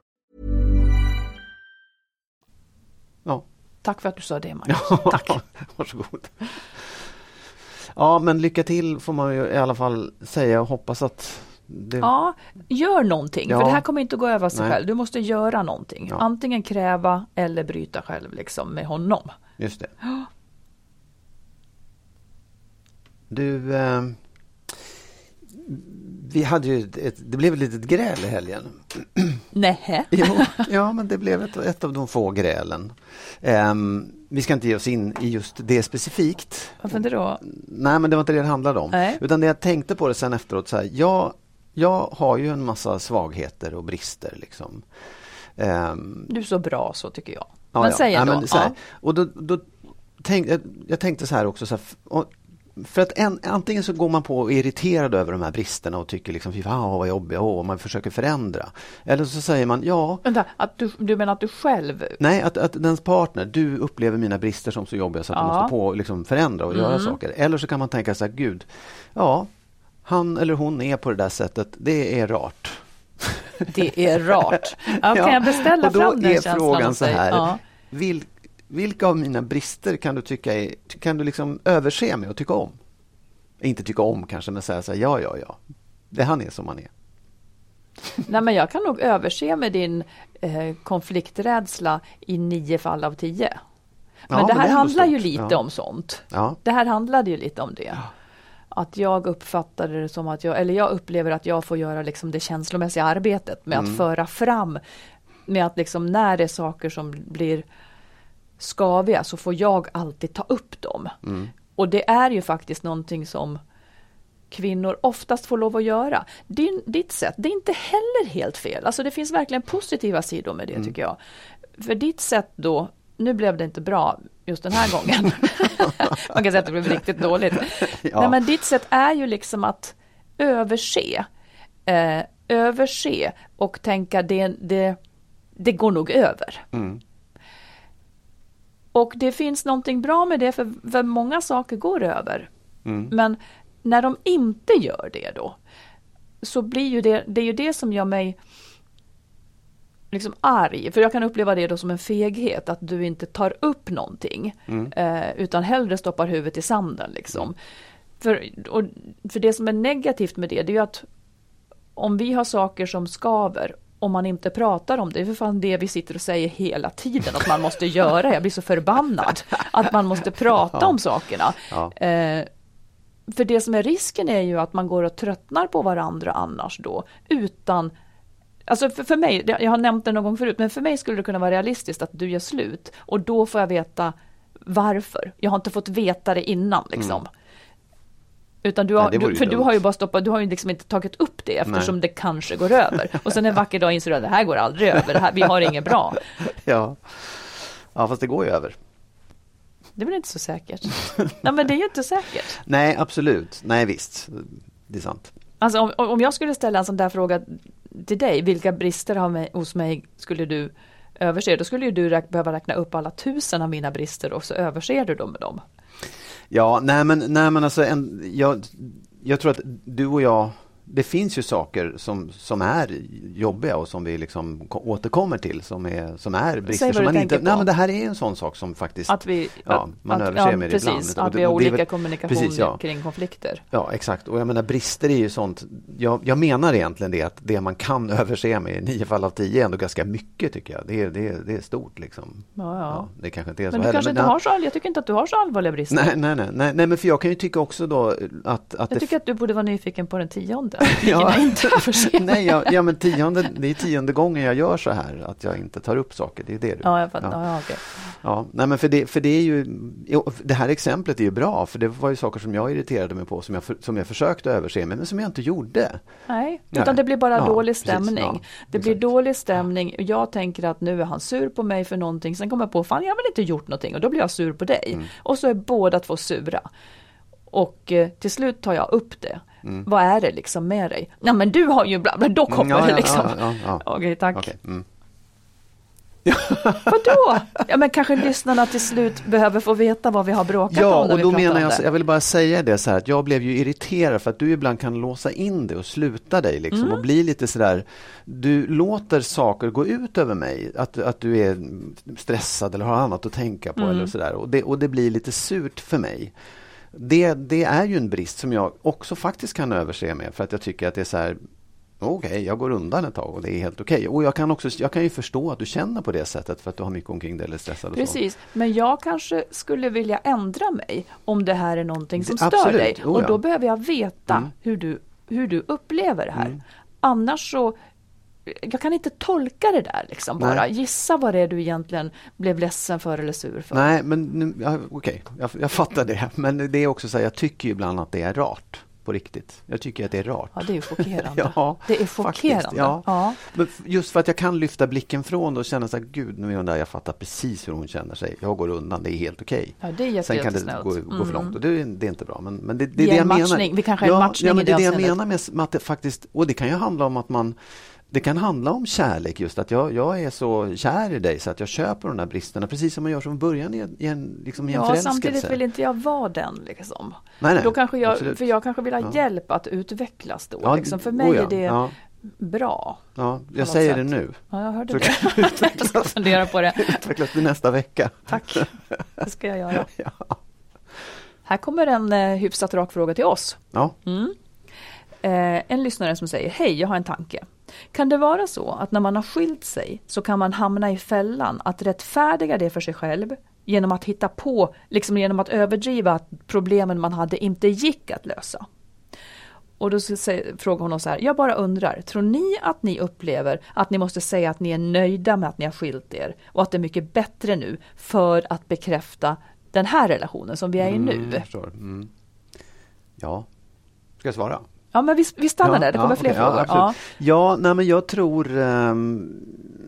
Ja. Tack för att du sa det, Magnus. Tack. Varsågod. Ja, men lycka till får man ju i alla fall säga och hoppas att det... Ja, gör någonting. Ja. För det här kommer inte att gå över sig Nej. själv. Du måste göra någonting. Ja. Antingen kräva eller bryta själv liksom med honom. Just det. Du, eh, vi hade ju ett, ett, det blev ett litet gräl i helgen. Nej. Jo, ja, men det blev ett, ett av de få grälen. Um, vi ska inte ge oss in i just det specifikt. Varför inte då? Nej, men det var inte det det handlade om. Nej. Utan det jag tänkte på det sen efteråt, så här, jag, jag har ju en massa svagheter och brister liksom. Um, Du är så bra så tycker jag. ja, men ja. säg ändå. Ja, men så här, Ja. och då, då tänk, jag, jag tänkte så här också, så här, och, för att en, antingen så går man på och är irriterad över de här bristerna och tycker liksom, fy fan vad jobbigt, och man försöker förändra. Eller så säger man, ja... Vänta, att du, du menar att du själv... Nej, att, att dens partner, du upplever mina brister som så jobbiga så att Ja. du måste på liksom förändra och Mm. göra saker. Eller så kan man tänka så här, gud, ja, han eller hon är på det där sättet, det är rart. Det är rart. Ja, kan jag beställa och då fram den är känslan frågan hos så dig? här, Ja. vil, vilka av mina brister kan du tycka är, kan du liksom överse med och tycka om? Inte tycka om kanske, men säga så här, ja, ja, ja. Det han är som han är. Nej, men jag kan nog överse med din eh, konflikträdsla i nio fall av tio. Men Ja, det men här det är ändå handlar ju stort. lite Ja. om sånt. Ja. Det här handlade ju lite om det. Att jag uppfattade det som att jag, eller jag upplever att jag får göra liksom det känslomässiga arbetet med Mm. att föra fram, med att liksom när det är saker som blir skaviga så får jag alltid ta upp dem. Mm. Och det är ju faktiskt någonting som kvinnor oftast får lov att göra. Din, ditt sätt, det är inte heller helt fel. Alltså det finns verkligen positiva sidor med det Mm. tycker jag. För ditt sätt då, nu blev det inte bra just den här gången. Man kan säga att det blev riktigt dåligt. Ja. Nej, men ditt sätt är ju liksom att överse. Eh, överse och tänka det, det, det går nog över. Mm. Och det finns någonting bra med det för, för många saker går över. Mm. Men när de inte gör det då så blir ju det, det är ju det som gör mig liksom arg. För jag kan uppleva det då som en feghet att du inte tar upp någonting Mm. eh, utan hellre stoppar huvudet i sanden liksom. För, och, för det som är negativt med det, det är ju att om vi har saker som skaver om man inte pratar om det, det är för fan det vi sitter och säger hela tiden att man måste göra. Jag blir så förbannad att man måste prata Ja. om sakerna. Ja. Eh, för det som är risken är ju att man går och tröttnar på varandra annars då, utan, alltså för, för mig, jag har nämnt det någon gång förut, men för mig skulle det kunna vara realistiskt att du gör slut och då får jag veta varför. Jag har inte fått veta det innan liksom. Mm. Utan du har, Nej, du, för du har ju bara stoppat, du har ju liksom inte tagit upp det eftersom Nej. det kanske går över. Och sen en vacker dag inser du att det här går aldrig över, det här, vi har inget bra. Ja. ja, fast det går ju över. Det är väl inte så säkert. Nej, men det är ju inte säkert. Nej, absolut. Nej, visst. Det är sant. Alltså om, om jag skulle ställa en sån där fråga till dig, vilka brister har mig, hos mig skulle du överse? Då skulle ju du räk, behöva räkna upp alla tusen av mina brister och så överser du dem med dem. Ja, nej men, nej, men alltså en, jag, jag tror att du och jag, det finns ju saker som, som är jobbiga och som vi liksom återkommer till som är, som är brister. Som man inte, nej, men det här är en sån sak som faktiskt att vi, ja, man att, överser ja, med precis, ibland. Att och vi har olika väl, kommunikation precis, ja. kring konflikter. Ja, exakt. Och jag menar brister är ju sånt, jag, jag menar egentligen det att det man kan överse med i nio fall av tio är ändå ganska mycket tycker jag. Det är, det är, det är stort liksom. Ja, ja. Ja, det kanske inte är men så du heller, kanske men inte ja. har så, jag tycker inte att du har så allvarliga brister. Nej, nej, nej, nej, nej men för jag kan ju tycka också då att... att jag tycker det... att du borde vara nyfiken på den tionde. ja. inte nej, ja, ja, men tionde, det är tionde gången jag gör så här, att jag inte tar upp saker, det är det du. Ja, jag fattar. Ja. Ja, okay. Ja, nej, men för det, för det är ju, det här exemplet är ju bra, för det var ju saker som jag irriterade mig på, som jag, för, som jag försökte överse med, men som jag inte gjorde. Nej, nej. utan det blir bara ja, dålig precis, stämning. ja, det exakt. blir dålig stämning. Jag tänker att nu är han sur på mig för någonting, sen kommer jag på, fan jag har väl inte gjort någonting, och då blir jag sur på dig. Mm. Och så är båda två sura. Och eh, till slut tar jag upp det. Mm. Vad är det liksom med dig? Nej, men du har ju bla bla, då kommer mm, ja, det liksom. Ja, ja, ja. Okej, okay, tack. Okay, mm. Vadå? Ja, men kanske lyssnarna till slut behöver få veta vad vi har bråkat ja, om. Ja, och då menar jag, jag vill bara säga det så här, att jag blev ju irriterad för att du ibland kan låsa in det och sluta dig liksom, mm. och bli lite sådär, du låter saker gå ut över mig, att, att du är stressad eller har annat att tänka på, mm. eller sådär, och det, och det blir lite surt för mig. Det, det är ju en brist som jag också faktiskt kan överse med, för att jag tycker att det är så här, okej, okay, jag går undan ett tag och det är helt okej. Okay. Och jag kan också, jag kan ju förstå att du känner på det sättet för att du har mycket omkring det eller stressad och precis, så. Men jag kanske skulle vilja ändra mig om det här är någonting som stör Absolut. dig. Oh, och ja. då behöver jag veta mm. hur, du, hur du upplever det här. Mm. Annars så, jag kan inte tolka det där liksom bara. Nej. Gissa vad det är du egentligen blev ledsen för eller sur för. Nej, men nu, ja, okej, okay. jag, jag fattar det. Men det är också så här, jag tycker ju ibland att det är rart. På riktigt. Jag tycker att det är rart. Ja, det är ju chockerande. ja, det är chockerande. Faktiskt, ja. Ja. Men just för att jag kan lyfta blicken från det och känna så här, gud, nu är hon där, jag fattar precis hur hon känner sig. Jag går undan, det är helt okej. Ja, det är Sen kan det snällt. gå, gå mm. för långt och det, det är inte bra. Men, men det, det, det är det jag matchning. menar. Vi kanske är ja, en matchning ja, men i det är det det jag avseendet. menar med, med att det faktiskt, och det kan ju handla om att man det kan handla om kärlek, just att jag, jag är så kär i dig så att jag köper de där bristerna, precis som man gör från början i en, i en, liksom i en ja, förälskelse. Samtidigt vill inte jag vara den liksom. Nej, nej, då kanske jag, absolut. För jag kanske vill ha ja. hjälp att utvecklas då. Ja, liksom. För mig oh ja, är det ja. bra. Ja, jag säger sätt. det nu. Ja, jag hörde så det. Jag ska fundera på det. Utvecklas till nästa vecka. Tack, det ska jag göra. ja. Här kommer en eh, hyfsat rak fråga till oss. Ja. Mm. Eh, en lyssnare som säger, hej, jag har en tanke. Kan det vara så att när man har skilt sig så kan man hamna i fällan att rättfärdiga det för sig själv genom att hitta på, liksom genom att överdriva att problemen man hade inte gick att lösa? Och då säger, frågar hon oss så här, jag bara undrar, tror ni att ni upplever att ni måste säga att ni är nöjda med att ni har skilt er och att det är mycket bättre nu för att bekräfta den här relationen som vi är i nu? Mm, jag förstår. Mm. Ja, ska jag svara? Ja, men vi, vi stannar ja, där, det kommer ja, fler okay, frågor. Ja, ja. ja, nej men jag tror... Um...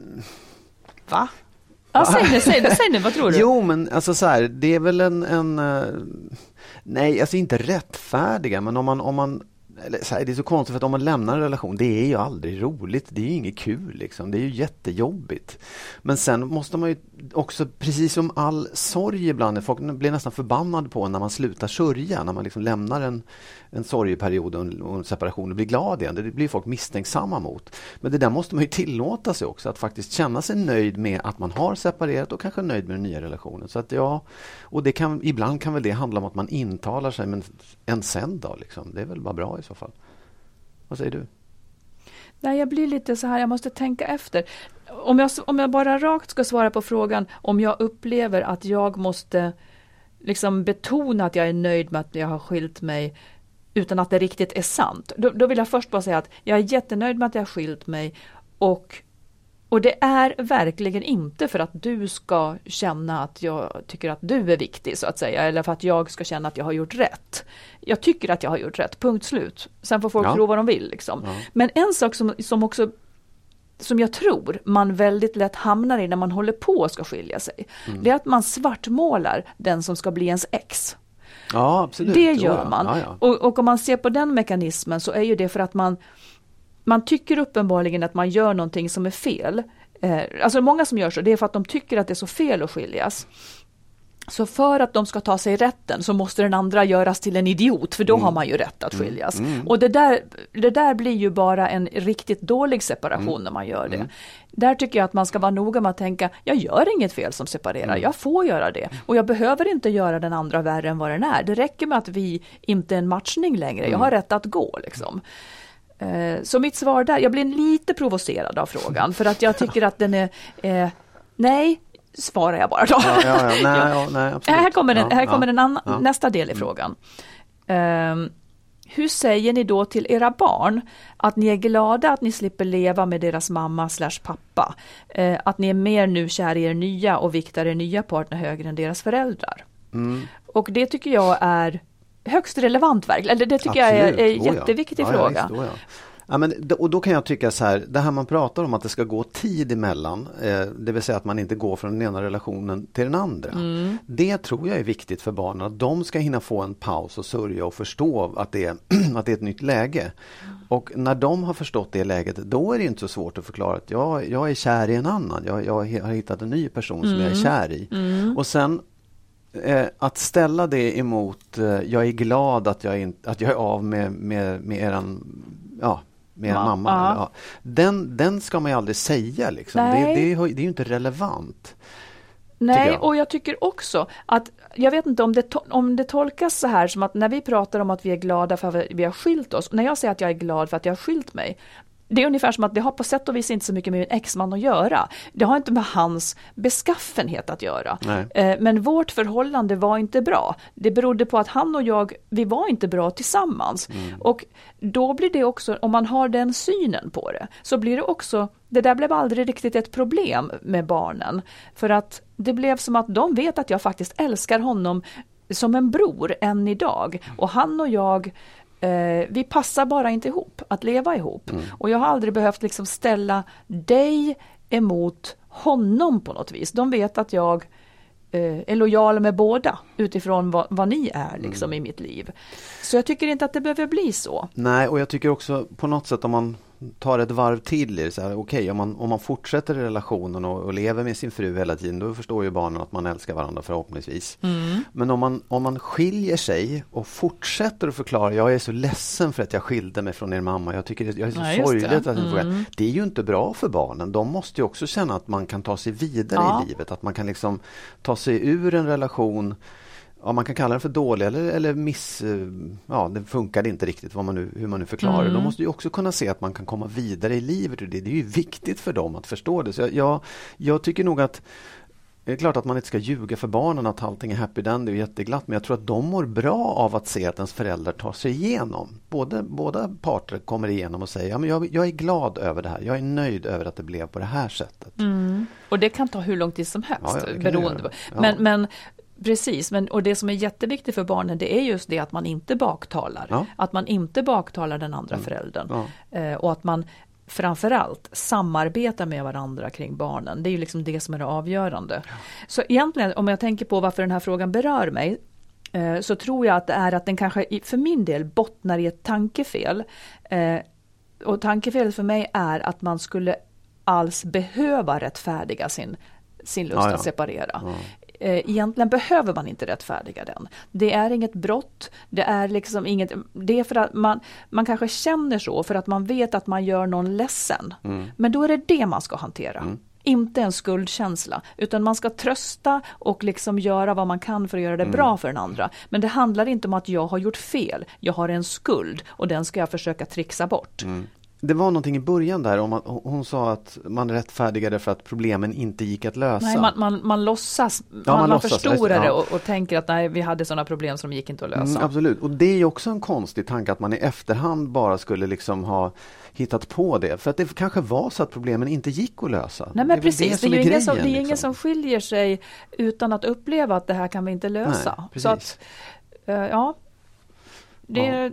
Va? Ja, säg nu, säg nu, säg nu, vad tror du? Jo, men alltså så här, det är väl en... en uh... nej, alltså inte rättfärdiga, men om man... Om man eller, så här, det är så konstigt för att om man lämnar en relation, det är ju aldrig roligt, det är ju inget kul liksom, det är ju jättejobbigt. Men sen måste man ju också, precis som all sorg ibland, folk blir nästan förbannade på när man slutar sörja, när man liksom lämnar en, en sorgeperiod och en, och en separation och blir glad igen, det blir folk misstänksamma mot. Men det där måste man ju tillåta sig också, att faktiskt känna sig nöjd med att man har separerat och kanske nöjd med den nya relationen. Så att ja, och det kan, ibland kan väl det handla om att man intalar sig, men en sen då liksom, det är väl bara bra i så fall. Vad säger du? Nej, jag blir lite så här, jag måste tänka efter. Om jag, om jag bara rakt ska svara på frågan om jag upplever att jag måste liksom betona att jag är nöjd med att jag har skilt mig utan att det riktigt är sant. Då, då vill jag först bara säga att jag är jättenöjd med att jag har skilt mig och Och det är verkligen inte för att du ska känna att jag tycker att du är viktig så att säga. Eller för att jag ska känna att jag har gjort rätt. Jag tycker att jag har gjort rätt, punkt slut. Sen får folk ja. tro vad de vill. Liksom. Ja. Men en sak som, som också som jag tror man väldigt lätt hamnar i när man håller på och ska skilja sig. Mm. Det är att man svartmålar den som ska bli ens ex. Ja, absolut. Det gör man. Ja, ja. Och, och om man ser på den mekanismen så är ju det för att man Man tycker uppenbarligen att man gör någonting som är fel. Eh, alltså många som gör så, det är för att de tycker att det är så fel att skiljas. Så för att de ska ta sig rätten så måste den andra göras till en idiot, för då mm. har man ju rätt att skiljas. Mm. Mm. Och det där, det där blir ju bara en riktigt dålig separation mm. när man gör det. Mm. Där tycker jag att man ska vara noga med att tänka, jag gör inget fel som separerar, mm. jag får göra det. Och jag behöver inte göra den andra värre än vad den är. Det räcker med att vi inte är en matchning längre, jag har rätt att gå liksom. Så mitt svar där, jag blir lite provocerad av frågan för att jag tycker att den är eh, nej, svarar jag bara då. Ja, ja, ja. Nej, ja, nej, absolut. Här kommer, den, här ja, kommer den anna, ja. nästa del i frågan. Um, hur säger ni då till era barn att ni är glada att ni slipper leva med deras mamma slash pappa? Uh, att ni är mer nu kär i er nya och viktar er nya partner högre än deras föräldrar? Mm. Och det tycker jag är högst relevant verkligen. Eller det tycker Absolut. jag är en jätteviktig oh, ja. fråga. Ja, visst, oh, ja. Ja, men, och då kan jag tycka så här, det här man pratar om att det ska gå tid emellan, eh, det vill säga att man inte går från den ena relationen till den andra. Mm. Det tror jag är viktigt för barnen, att de ska hinna få en paus och sörja och förstå att det är, att det är ett nytt läge. Mm. Och när de har förstått det läget, då är det inte så svårt att förklara att jag, jag är kär i en annan, jag, jag har hittat en ny person som mm. jag är kär i. Mm. Och sen Eh, att ställa det emot eh, jag är glad att jag, in, att jag är av med, med, med eran ja, med Ma- mamma. Ja. Ja. Den, den ska man ju aldrig säga. Liksom. Det, det, det är ju inte relevant. Nej, jag. och jag tycker också att, jag vet inte om det, to- om det tolkas så här som att när vi pratar om att vi är glada för att vi har skilt oss, när jag säger att jag är glad för att jag har skilt mig, det är ungefär som att det har på sätt och vis inte så mycket med en exman att göra. Det har inte med hans beskaffenhet att göra. Nej. Men vårt förhållande var inte bra. Det berodde på att han och jag, vi var inte bra tillsammans. Mm. Och då blir det också, om man har den synen på det, så blir det också, det där blev aldrig riktigt ett problem med barnen. För att det blev som att de vet att jag faktiskt älskar honom som en bror än idag. Och han och jag, Eh, vi passar bara inte ihop att leva ihop. Mm. Och jag har aldrig behövt liksom ställa dig emot honom på något vis. De vet att jag eh, är lojal med båda utifrån vad, vad ni är liksom, mm. i mitt liv. Så jag tycker inte att det behöver bli så. Nej, och jag tycker också på något sätt om man tar ett varv till, så här, okej, okay, om, man, om man fortsätter i relationen och, och lever med sin fru hela tiden, då förstår ju barnen att man älskar varandra förhoppningsvis. Mm. Men om man, om man skiljer sig och fortsätter att förklara, jag är så ledsen för att jag skilde mig från er mamma, jag tycker jag är så ja, sorgligt det. att jag mm. det är ju inte bra för barnen. De måste ju också känna att man kan ta sig vidare ja. i livet, att man kan liksom ta sig ur en relation. Ja, man kan kalla det för dålig eller, eller miss... Ja, det funkade inte riktigt vad man nu, hur man nu förklarar. Mm. De måste ju också kunna se att man kan komma vidare i livet. Och det, det är ju viktigt för dem att förstå det. Så jag, jag, jag tycker nog att det är klart att man inte ska ljuga för barnen att allting är happy dandy och jätteglatt. Men jag tror att de mår bra av att se att ens föräldrar tar sig igenom. Både, båda parter kommer igenom och säger ja, men jag, jag är glad över det här. Jag är nöjd över att det blev på det här sättet. Mm. Och det kan ta hur lång tid som helst. Ja, ja, beroende på. Ja. Men... men Precis, men, och det som är jätteviktigt för barnen, det är just det att man inte baktalar. Ja. Att man inte baktalar den andra mm. föräldern. Ja. Eh, och att man framförallt samarbetar med varandra kring barnen. Det är ju liksom det som är det avgörande. Ja. Så egentligen, om jag tänker på varför den här frågan berör mig, eh, så tror jag att det är att den kanske för min del bottnar i ett tankefel. Eh, och tankefelet för mig är att man skulle alls behöva rättfärdiga sin, sin lust ja, ja. att separera. Ja. Egentligen behöver man inte rättfärdiga den. Det är inget brott. Det är liksom inget. Det är för att man, man kanske känner så för att man vet att man gör någon ledsen. Mm. Men då är det det man ska hantera. Mm. Inte en skuldkänsla. Utan man ska trösta och liksom göra vad man kan för att göra det mm. bra för den andra. Men det handlar inte om att jag har gjort fel. Jag har en skuld och den ska jag försöka trixa bort. Mm. Det var någonting i början där om att hon sa att man rättfärdigade för att problemen inte gick att lösa. Nej, man, man, man låtsas, ja, man, man, man låtsas, förstorar det ja. och, och tänker att nej, vi hade sådana problem som gick inte att lösa. Mm, absolut, och det är ju också en konstig tanke att man i efterhand bara skulle liksom ha hittat på det. För att det kanske var så att problemen inte gick att lösa. Nej, men det precis, det är, det är, grejen, ingen, som, det är liksom. ingen som skiljer sig utan att uppleva att det här kan vi inte lösa. Nej, så att, uh, ja, det ja.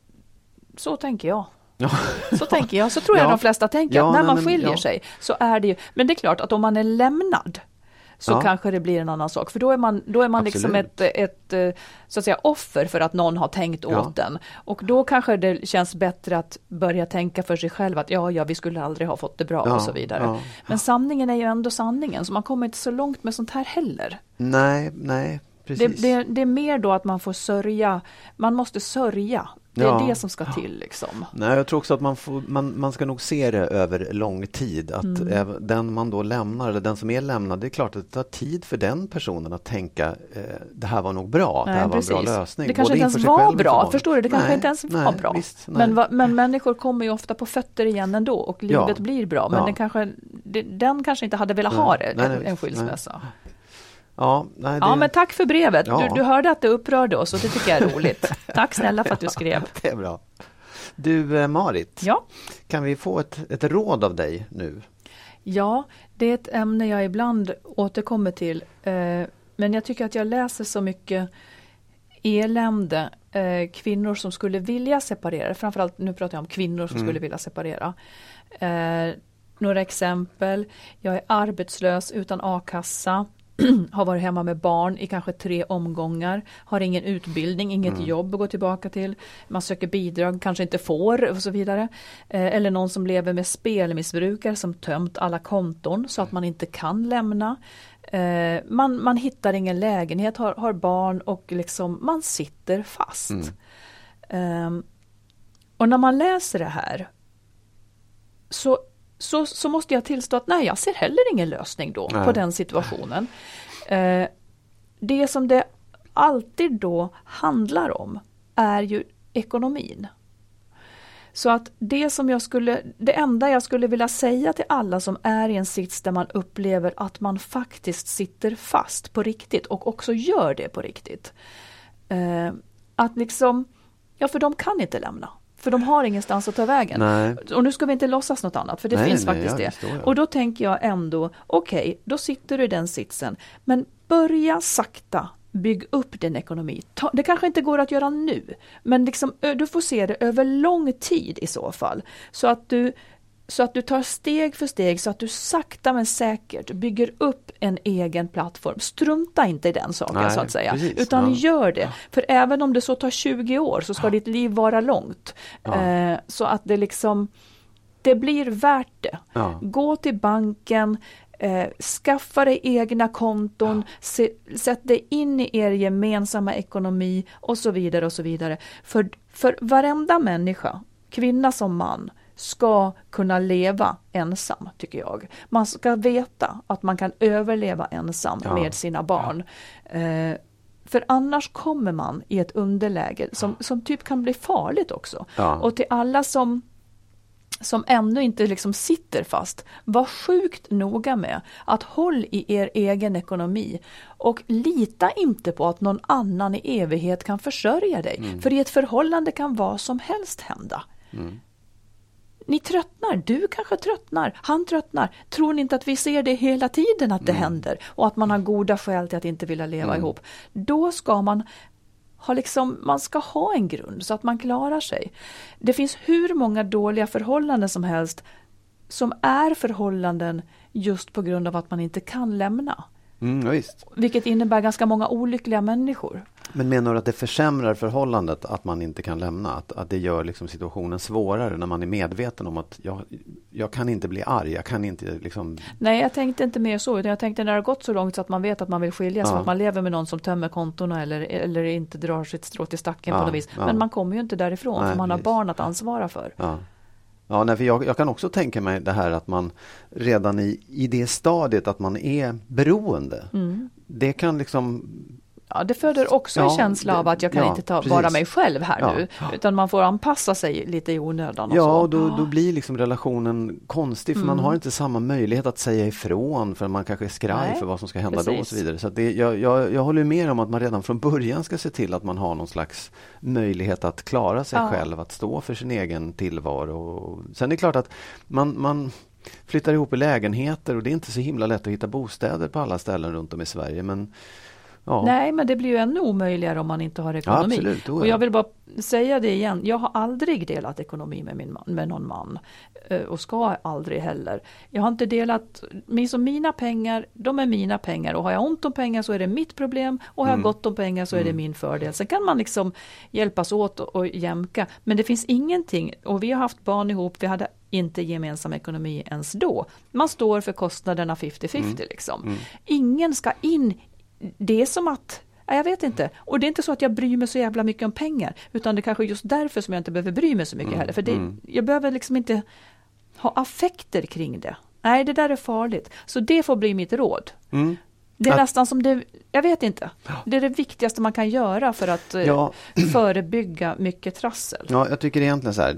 Så tänker jag. Ja. Så tänker jag, så tror jag ja. de flesta tänker ja, att när nej, man men, skiljer ja. sig så är det ju, men det är klart att om man är lämnad så ja. kanske det blir en annan sak. För då är man, då är man liksom ett, ett så att säga, offer för att någon har tänkt ja. åt den. Och då kanske det känns bättre att börja tänka för sig själv att ja, ja, vi skulle aldrig ha fått det bra ja. och så vidare. Ja. Men sanningen är ju ändå sanningen, så man kommer inte så långt med sånt här heller. Nej, nej, precis. Det, det, det är mer då att man får sörja, man måste sörja. Det är ja. det som ska till liksom. Nej, jag tror också att man, får, man, man ska nog se det över lång tid. Att Mm. även den man då lämnar, eller den som är lämnad, det är klart att det tar tid för den personen att tänka eh, det här var nog bra, Nej, det här var precis. en bra lösning. Det kanske Både inte ens inför sig var själv bra, och förstår du? Det kanske nej, inte ens var nej, bra. Visst, nej. men, va, men människor kommer ju ofta på fötter igen ändå och livet Ja. blir bra. Men Ja. den, kanske, det, den kanske inte hade velat Nej. ha det, Nej, en, nej, en visst, skilsmässa. nej. Ja, nej, det... Ja, men tack för brevet. Ja. Du, du hörde att det upprörde oss och det tycker jag är roligt. Tack snälla för att du skrev. Det är bra. Du, Marit, Ja. kan vi få ett, ett råd av dig nu? Ja, det är ett ämne jag ibland återkommer till. Eh, men jag tycker att jag läser så mycket elände. Eh, kvinnor som skulle vilja separera. Framförallt, nu pratar jag om kvinnor som Mm. skulle vilja separera. Eh, några exempel. Jag är arbetslös utan a-kassa. Har varit hemma med barn i kanske tre omgångar. Har ingen utbildning, inget Mm. jobb att gå tillbaka till. Man söker bidrag, kanske inte får och så vidare. Eh, eller någon som lever med spelmissbrukare som tömt alla konton så att man inte kan lämna. Eh, man, man hittar ingen lägenhet, har, har barn och liksom man sitter fast. Mm. Eh, och när man läser det här så Så, så måste jag tillstå att nej, jag ser heller ingen lösning då nej. på den situationen. Eh, det som det alltid då handlar om är ju ekonomin. Så att det som jag skulle, det enda jag skulle vilja säga till alla som är i en sits där man upplever att man faktiskt sitter fast på riktigt och också gör det på riktigt. Eh, att liksom, ja för de kan inte lämna. För de har ingenstans att ta vägen. Nej. Och nu ska vi inte låtsas något annat, för det Nej, finns nej, faktiskt ja, det. det står jag. Och då tänker jag ändå, okej, okay, då sitter du i den sitsen. Men börja sakta, bygg upp din ekonomi. Ta, det kanske inte går att göra nu, men liksom, du får se det över lång tid i så fall. Så att du... Så att du tar steg för steg så att du sakta men säkert bygger upp en egen plattform. Strunta inte i den saken. Nej, så att säga. Precis, utan ja. gör det. För även om det så tar tjugo år så ska ja. ditt liv vara långt. Ja. Eh, så att det liksom det blir värt det. Ja. Gå till banken, eh, skaffa dig egna konton, ja. se, sätt dig in i er gemensamma ekonomi och så vidare och så vidare. För, för varenda människa, kvinna som man, ska kunna leva ensam, tycker jag. Man ska veta att man kan överleva ensam ja. med sina barn. Ja. Eh, för annars kommer man i ett underläge som, ja. som typ kan bli farligt också. Ja. Och till alla som, som ännu inte liksom sitter fast, var sjukt noga med att håll i er egen ekonomi. Och lita inte på att någon annan i evighet kan försörja dig. Mm. För i ett förhållande kan vad som helst hända. Mm. Ni tröttnar, du kanske tröttnar, han tröttnar. Tror ni inte att vi ser det hela tiden att det mm. händer och att man har goda skäl till att inte vilja leva mm. ihop? Då ska man ha liksom, man ska ha en grund så att man klarar sig. Det finns hur många dåliga förhållanden som helst som är förhållanden just på grund av att man inte kan lämna. Mm, visst. Vilket innebär ganska många olyckliga människor. Men menar du att det försämrar förhållandet att man inte kan lämna? Att, att det gör liksom situationen svårare när man är medveten om att jag, jag kan inte bli arg, jag kan inte liksom... Nej, jag tänkte inte mer så, utan jag tänkte när det har gått så långt så att man vet att man vill skiljas, ja. att man lever med någon som tömmer kontona eller, eller inte drar sitt strå till stacken ja, på något vis. Ja. Men man kommer ju inte därifrån, nej, för man har barn att ansvara för. Ja. Ja, nej, för jag, jag kan också tänka mig det här att man redan i, i det stadiet att man är beroende, mm. det kan liksom Ja, det föder också ja, en känsla det, av att jag kan ja, inte ta precis. vara mig själv här ja, nu. Ja. Utan man får anpassa sig lite i onödan. Och ja, så. och då, då blir liksom relationen konstig. För mm. man har inte samma möjlighet att säga ifrån. För man kanske är skraj Nej, för vad som ska hända precis. då och så vidare. Så att det, jag, jag, jag håller med om att man redan från början ska se till att man har någon slags möjlighet att klara sig ja. själv. Att stå för sin egen tillvaro. Och sen är det klart att man... man flyttar ihop i lägenheter och det är inte så himla lätt att hitta bostäder på alla ställen runt om i Sverige. Men ja. Nej, men det blir ju ännu omöjligare om man inte har ekonomi. Ja, absolut, och jag vill bara säga det igen. Jag har aldrig delat ekonomi med, min man, med någon man. Och ska aldrig heller. Jag har inte delat, som mina pengar, de är mina pengar. Och har jag ont om pengar så är det mitt problem. Och har jag mm. gott om pengar så är det min fördel. Sen kan man liksom hjälpas åt och, och jämka. Men det finns ingenting. Och vi har haft barn ihop. Vi hade inte gemensam ekonomi ens då. Man står för kostnaderna femtio femtio mm. liksom. Mm. Ingen ska in. Det är som att, jag vet inte. Och det är inte så att jag bryr mig så jävla mycket om pengar. Utan det är kanske just därför som jag inte behöver bry mig så mycket mm. heller. För det, mm. jag behöver liksom inte ha affekter kring det. Nej, det där är farligt. Så det får bli mitt råd. Mm. Det är att, nästan som det, jag vet inte. Det är det viktigaste man kan göra för att ja. förebygga mycket trassel. Ja, jag tycker egentligen så här...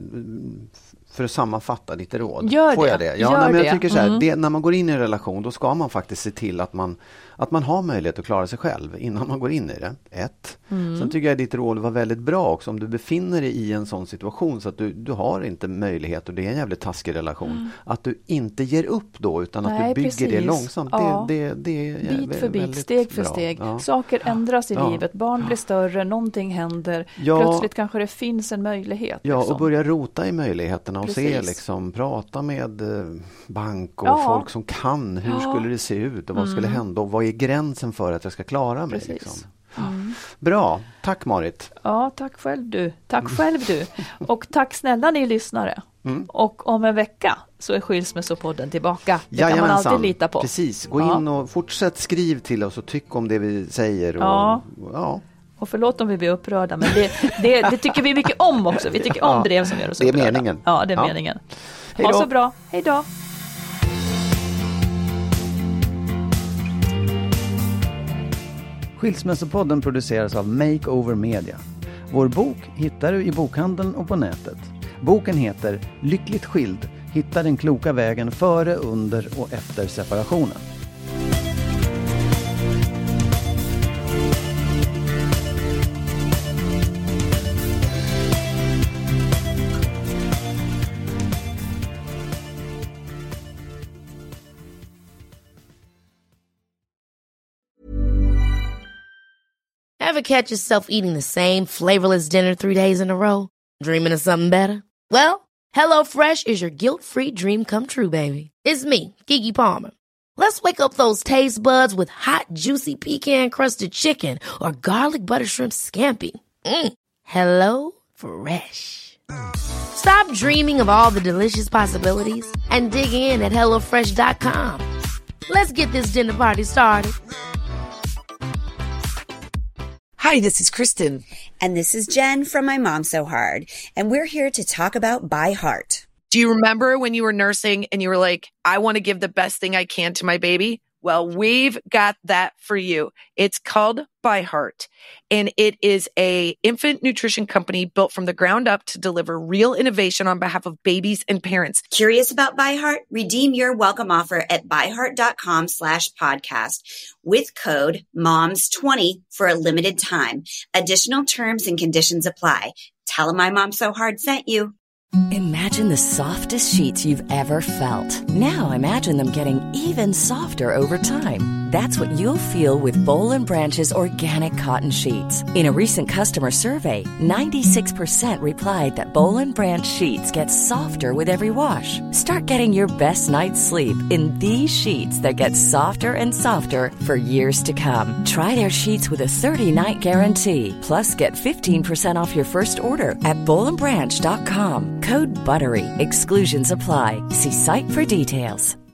För att sammanfatta ditt råd. Gör Får det. jag det? Ja, Gör nej, men jag det. tycker så här, mm. det, när man går in i en relation då ska man faktiskt se till att man, att man har möjlighet att klara sig själv innan man går in i det. Ett. Mm. Sen tycker jag att ditt råd var väldigt bra också. Om du befinner dig i en sån situation så att du, du har inte möjlighet och det är en jävligt taskig relation. Mm. Att du inte ger upp då utan nej, att du bygger precis. det långsamt. Ja. Det, det, det är bit för bit, steg för bra. steg. Ja. Saker ändras i ja. livet. Barn blir större, någonting händer. Ja. Plötsligt kanske det finns en möjlighet. Ja, liksom. och börja rota i möjligheterna och precis. se liksom prata med bank och ja. folk som kan. Hur ja. skulle det se ut och vad mm. skulle hända och vad är gränsen för att jag ska klara mig? Liksom. Mm. Bra, tack Marit. Ja, tack själv du. Tack själv du. Och tack snälla ni lyssnare. Mm. Och om en vecka så är Skilsmässopodden tillbaka. Det Jajamensan. Kan man alltid lita på. Precis, gå ja. in och fortsätt skriv till oss och tyck om det vi säger. Och, ja. ja. Och förlåt om vi blir upprörda, men det, det, det tycker vi mycket om också. Vi tycker om ja, brev som gör oss upprörda. Det är meningen. Ja, det är ja. meningen. Ha så bra. Hej då. Skilsmässopodden produceras av Makeover Media. Vår bok hittar du i bokhandeln och på nätet. Boken heter Lyckligt skild. Hitta den kloka vägen före, under och efter separationen. Ever catch yourself eating the same flavorless dinner three days in a row? Dreaming of something better? Well, HelloFresh is your guilt-free dream come true, baby. It's me, Keke Palmer. Let's wake up those taste buds with hot, juicy pecan-crusted chicken or garlic butter shrimp scampi. Mm. Hello Fresh. Stop dreaming of all the delicious possibilities and dig in at hello fresh dot com. Let's get this dinner party started. Hi, this is Kristen. And this is Jen from My Mom So Hard. And we're here to talk about By Heart. Do you remember when you were nursing and you were like, I want to give the best thing I can to my baby? Well, we've got that for you. It's called By Heart, and it is a infant nutrition company built from the ground up to deliver real innovation on behalf of babies and parents. Curious about By Heart? Redeem your welcome offer at byheart.com slash podcast with code moms twenty for a limited time. Additional terms and conditions apply. Tell them My Mom So Hard sent you. Imagine the softest sheets you've ever felt. Now imagine them getting even softer over time. That's what you'll feel with Boll and Branch's organic cotton sheets. In a recent customer survey, ninety-six percent replied that Boll and Branch sheets get softer with every wash. Start getting your best night's sleep in these sheets that get softer and softer for years to come. Try their sheets with a thirty-night guarantee. Plus, get fifteen percent off your first order at boll and branch dot com. Code BUTTERY. Exclusions apply. See site for details.